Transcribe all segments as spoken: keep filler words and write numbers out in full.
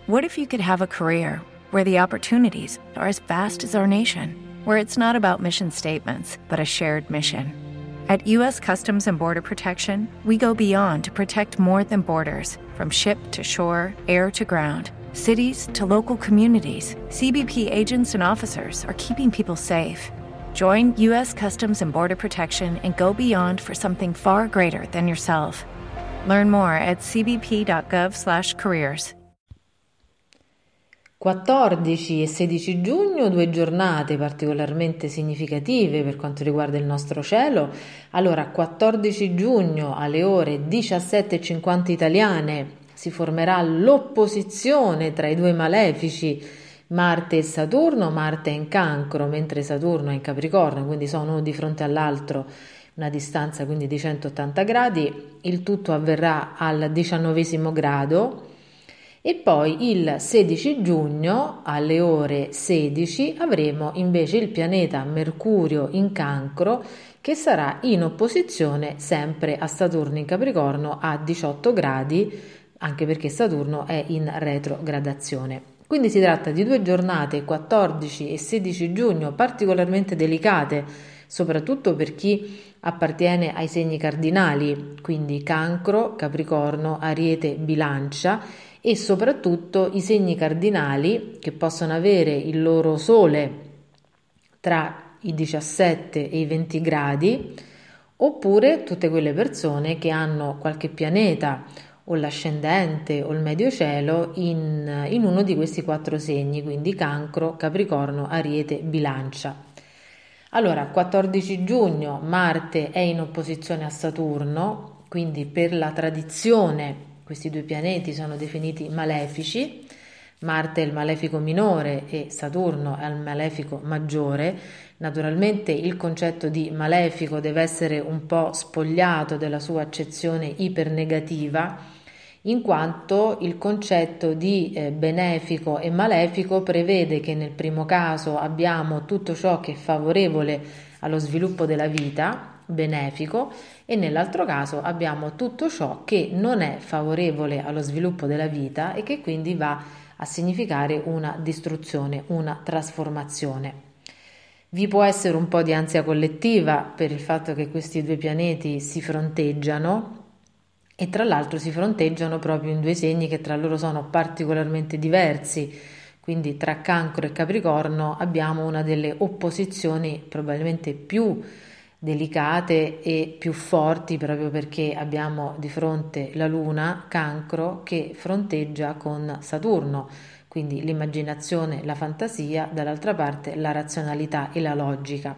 What if you could have a career where the opportunities are as vast as our nation, where it's not about mission statements, but a shared mission? At U S Customs and Border Protection, we go beyond to protect more than borders. From ship to shore, air to ground, cities to local communities, C B P agents and officers are keeping people safe. Join U S Customs and Border Protection and go beyond for something far greater than yourself. Learn more at c b p dot gov slash careers. quattordici e sedici giugno, due giornate particolarmente significative per quanto riguarda il nostro cielo. Allora, quattordici giugno alle ore diciassette e cinquanta italiane si formerà l'opposizione tra i due malefici Marte e Saturno. Marte è in Cancro mentre Saturno è in Capricorno, quindi sono uno di fronte all'altro, una distanza quindi di centottanta gradi. Il tutto avverrà al diciannovesimo grado. E poi il sedici giugno alle ore sedici avremo invece il pianeta Mercurio in Cancro, che sarà in opposizione sempre a Saturno in Capricorno a diciotto gradi, anche perché Saturno è in retrogradazione. Quindi si tratta di due giornate, quattordici e sedici giugno, particolarmente delicate, soprattutto per chi appartiene ai segni cardinali, quindi Cancro, Capricorno, Ariete, Bilancia, e soprattutto i segni cardinali che possono avere il loro sole tra i diciassette e i venti gradi, oppure tutte quelle persone che hanno qualche pianeta o l'ascendente o il medio cielo in, in uno di questi quattro segni, quindi Cancro, Capricorno, Ariete, Bilancia. Allora, quattordici giugno Marte è in opposizione a Saturno, quindi per la tradizione questi due pianeti sono definiti malefici. Marte è il malefico minore e Saturno è il malefico maggiore. Naturalmente il concetto di malefico deve essere un po' spogliato della sua accezione ipernegativa, in quanto il concetto di eh, benefico e malefico prevede che nel primo caso abbiamo tutto ciò che è favorevole allo sviluppo della vita, benefico, e nell'altro caso abbiamo tutto ciò che non è favorevole allo sviluppo della vita e che quindi va a significare una distruzione, una trasformazione. Vi può essere un po' di ansia collettiva per il fatto che questi due pianeti si fronteggiano, e tra l'altro si fronteggiano proprio in due segni che tra loro sono particolarmente diversi. Quindi tra Cancro e Capricorno abbiamo una delle opposizioni probabilmente più delicate e più forti, proprio perché abbiamo di fronte la Luna, Cancro, che fronteggia con Saturno, quindi l'immaginazione, la fantasia, dall'altra parte la razionalità e la logica.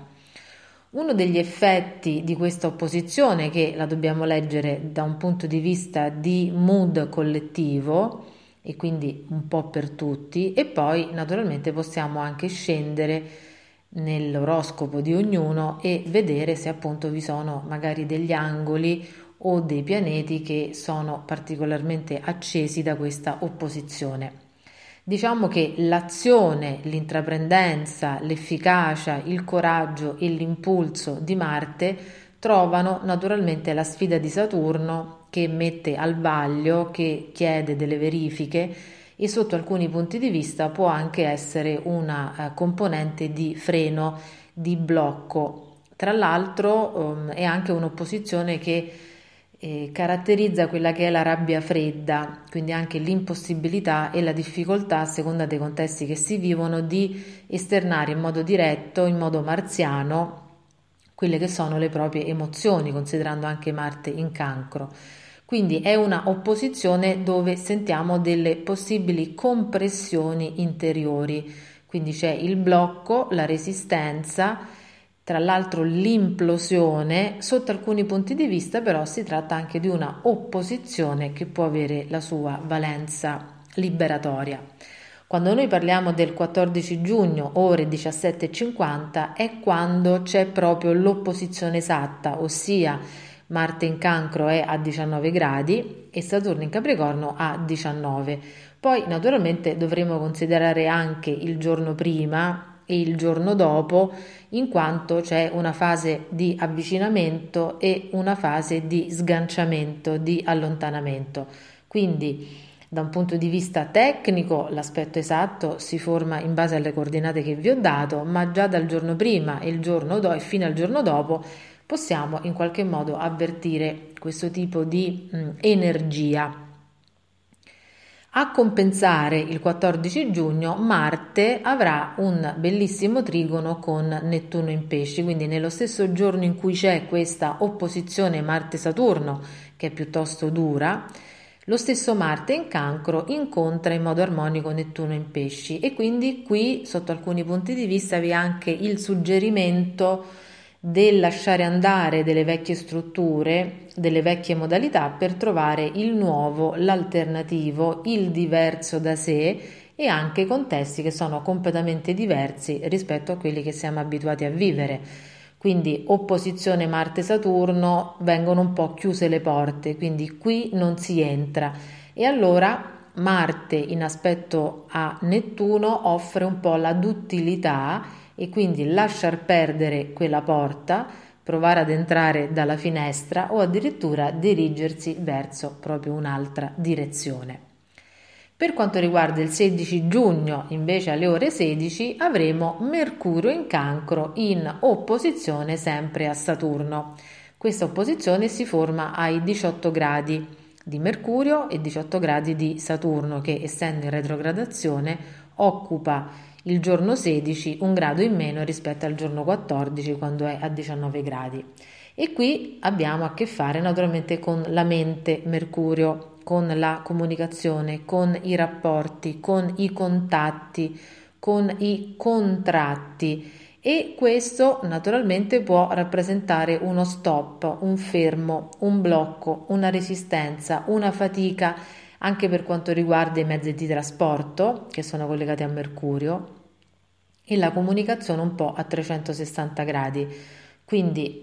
Uno degli effetti di questa opposizione, che la dobbiamo leggere da un punto di vista di mood collettivo e quindi un po' per tutti, e poi naturalmente possiamo anche scendere nell'oroscopo di ognuno e vedere se appunto vi sono magari degli angoli o dei pianeti che sono particolarmente accesi da questa opposizione. Diciamo che l'azione, l'intraprendenza, l'efficacia, il coraggio e l'impulso di Marte trovano naturalmente la sfida di Saturno, che mette al vaglio, che chiede delle verifiche e sotto alcuni punti di vista può anche essere una eh, componente di freno, di blocco. Tra l'altro um, è anche un'opposizione che eh, caratterizza quella che è la rabbia fredda, quindi anche l'impossibilità e la difficoltà, a seconda dei contesti che si vivono, di esternare in modo diretto, in modo marziano, quelle che sono le proprie emozioni, considerando anche Marte in Cancro. Quindi è una opposizione dove sentiamo delle possibili compressioni interiori, quindi c'è il blocco, la resistenza, tra l'altro l'implosione. Sotto alcuni punti di vista però si tratta anche di una opposizione che può avere la sua valenza liberatoria. Quando noi parliamo del quattordici giugno, ore diciassette e cinquanta, è quando c'è proprio l'opposizione esatta, ossia Marte in Cancro è a diciannove gradi e Saturno in Capricorno a diciannove. Poi naturalmente dovremo considerare anche il giorno prima e il giorno dopo, in quanto c'è una fase di avvicinamento e una fase di sganciamento, di allontanamento. Quindi Da un punto di vista tecnico, l'aspetto esatto si forma in base alle coordinate che vi ho dato, ma già dal giorno prima e il giorno do- e fino al giorno dopo possiamo in qualche modo avvertire questo tipo di mh, energia. A compensare il quattordici giugno, Marte avrà un bellissimo trigono con Nettuno in Pesci, quindi nello stesso giorno in cui c'è questa opposizione Marte-Saturno, che è piuttosto dura, lo stesso Marte in Cancro incontra in modo armonico Nettuno in Pesci e quindi qui sotto alcuni punti di vista vi è anche il suggerimento del lasciare andare delle vecchie strutture, delle vecchie modalità per trovare il nuovo, l'alternativo, il diverso da sé e anche contesti che sono completamente diversi rispetto a quelli che siamo abituati a vivere. Quindi opposizione Marte-Saturno, vengono un po' chiuse le porte, quindi qui non si entra e allora Marte in aspetto a Nettuno offre un po' la duttilità e quindi lasciar perdere quella porta, provare ad entrare dalla finestra o addirittura dirigersi verso proprio un'altra direzione. Per quanto riguarda il sedici giugno, invece alle ore sedici, avremo Mercurio in Cancro in opposizione sempre a Saturno. Questa opposizione si forma ai diciotto gradi di Mercurio e diciotto gradi di Saturno, che essendo in retrogradazione occupa il giorno sedici un grado in meno rispetto al giorno quattordici quando è a diciannove gradi. E qui abbiamo a che fare naturalmente con la mente Mercurio, con la comunicazione, con i rapporti, con i contatti, con i contratti e questo naturalmente può rappresentare uno stop, un fermo, un blocco, una resistenza, una fatica anche per quanto riguarda i mezzi di trasporto che sono collegati a Mercurio e la comunicazione un po' a trecentosessanta gradi. Quindi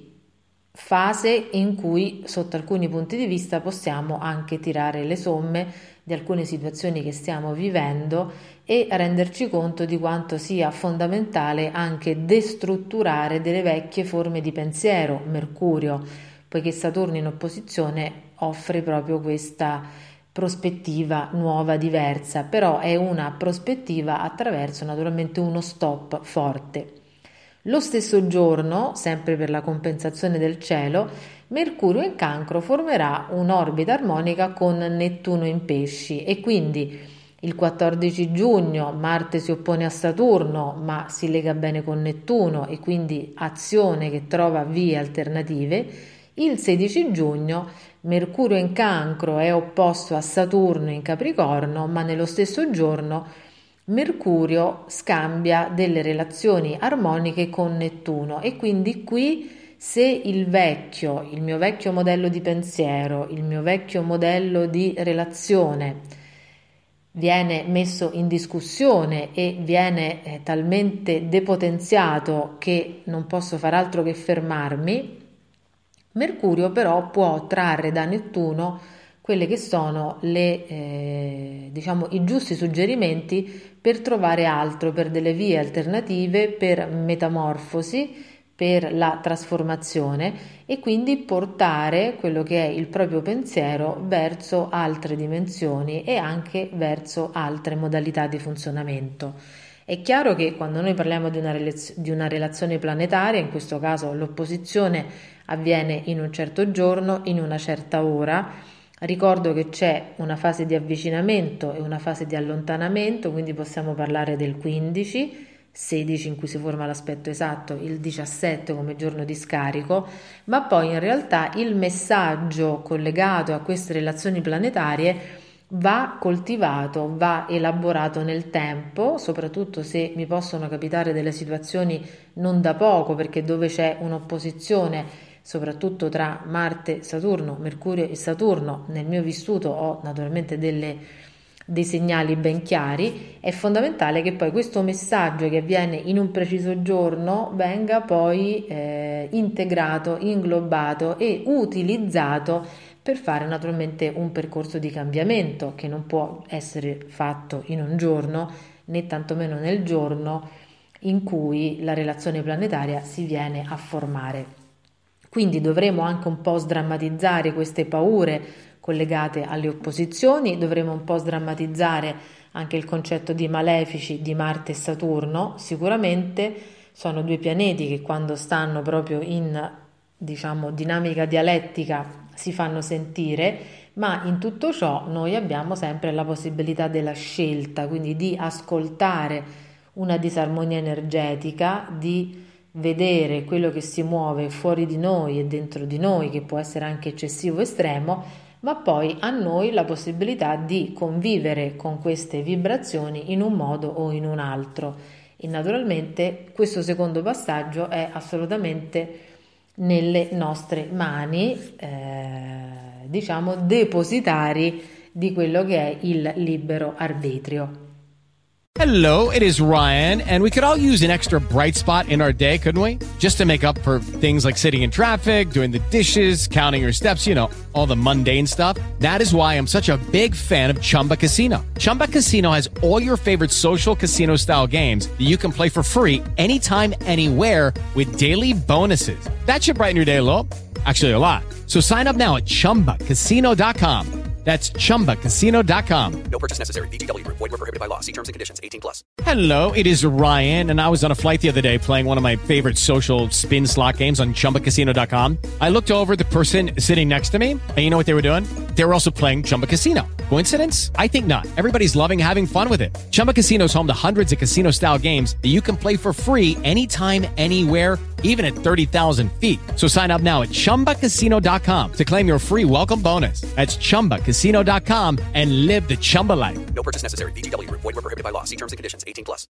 fase in cui sotto alcuni punti di vista possiamo anche tirare le somme di alcune situazioni che stiamo vivendo e renderci conto di quanto sia fondamentale anche destrutturare delle vecchie forme di pensiero, Mercurio, poiché Saturno in opposizione offre proprio questa prospettiva nuova, diversa, però è una prospettiva attraverso naturalmente uno stop forte. Lo stesso giorno, sempre per la compensazione del cielo, Mercurio in Cancro formerà un'orbita armonica con Nettuno in Pesci e quindi il quattordici giugno Marte si oppone a Saturno ma si lega bene con Nettuno e quindi azione che trova vie alternative. Il sedici giugno Mercurio in Cancro è opposto a Saturno in Capricorno ma nello stesso giorno Mercurio scambia delle relazioni armoniche con Nettuno e quindi qui se il vecchio, il mio vecchio modello di pensiero, il mio vecchio modello di relazione viene messo in discussione e viene eh, talmente depotenziato che non posso far altro che fermarmi, Mercurio però può trarre da Nettuno quelle che sono le, eh, diciamo, i giusti suggerimenti per trovare altro, per delle vie alternative, per metamorfosi, per la trasformazione e quindi portare quello che è il proprio pensiero verso altre dimensioni e anche verso altre modalità di funzionamento. È chiaro che quando noi parliamo di una, relaz- di una relazione planetaria, in questo caso l'opposizione avviene in un certo giorno, in una certa ora. Ricordo che c'è una fase di avvicinamento e una fase di allontanamento, quindi possiamo parlare del quindici, sedici in cui si forma l'aspetto esatto, il diciassette come giorno di scarico, ma poi in realtà il messaggio collegato a queste relazioni planetarie va coltivato, va elaborato nel tempo, soprattutto se mi possono capitare delle situazioni non da poco, perché dove c'è un'opposizione soprattutto tra Marte, Saturno, Mercurio e Saturno, nel mio vissuto ho naturalmente delle, dei segnali ben chiari, è fondamentale che poi questo messaggio che avviene in un preciso giorno venga poi eh, integrato, inglobato e utilizzato per fare naturalmente un percorso di cambiamento che non può essere fatto in un giorno né tantomeno nel giorno in cui la relazione planetaria si viene a formare. Quindi dovremo anche un po' sdrammatizzare queste paure collegate alle opposizioni. Dovremo un po' sdrammatizzare anche il concetto di malefici di Marte e Saturno. Sicuramente sono due pianeti che quando stanno proprio in, diciamo, dinamica dialettica si fanno sentire, ma in tutto ciò noi abbiamo sempre la possibilità della scelta, quindi di ascoltare una disarmonia energetica, di vedere quello che si muove fuori di noi e dentro di noi, che può essere anche eccessivo o estremo, ma poi a noi la possibilità di convivere con queste vibrazioni in un modo o in un altro. E naturalmente questo secondo passaggio è assolutamente nelle nostre mani, eh, diciamo depositari di quello che è il libero arbitrio. Hello, it is Ryan, and we could all use an extra bright spot in our day, couldn't we? Just to make up for things like sitting in traffic, doing the dishes, counting your steps, you know, all the mundane stuff. That is why I'm such a big fan of Chumba Casino. Chumba Casino has all your favorite social casino-style games that you can play for free anytime, anywhere with daily bonuses. That should brighten your day a little. Actually, a lot. So sign up now at chumba casino dot com. That's chumba casino dot com. No purchase necessary. V G W Group. Void where prohibited by law. See terms and conditions. eighteen plus. Hello, it is Ryan, and I was on a flight the other day playing one of my favorite social spin slot games on chumba casino dot com. I looked over at the person sitting next to me, and you know what they were doing? They were also playing Chumba Casino. Coincidence? I think not. Everybody's loving having fun with it. Chumba Casino is home to hundreds of casino-style games that you can play for free anytime, anywhere, even at thirty thousand feet. So sign up now at chumba casino dot com to claim your free welcome bonus. That's chumba casino dot com and live the Chumba life. No purchase necessary. V G W Group. Void where prohibited by law. See terms and conditions. eighteen plus.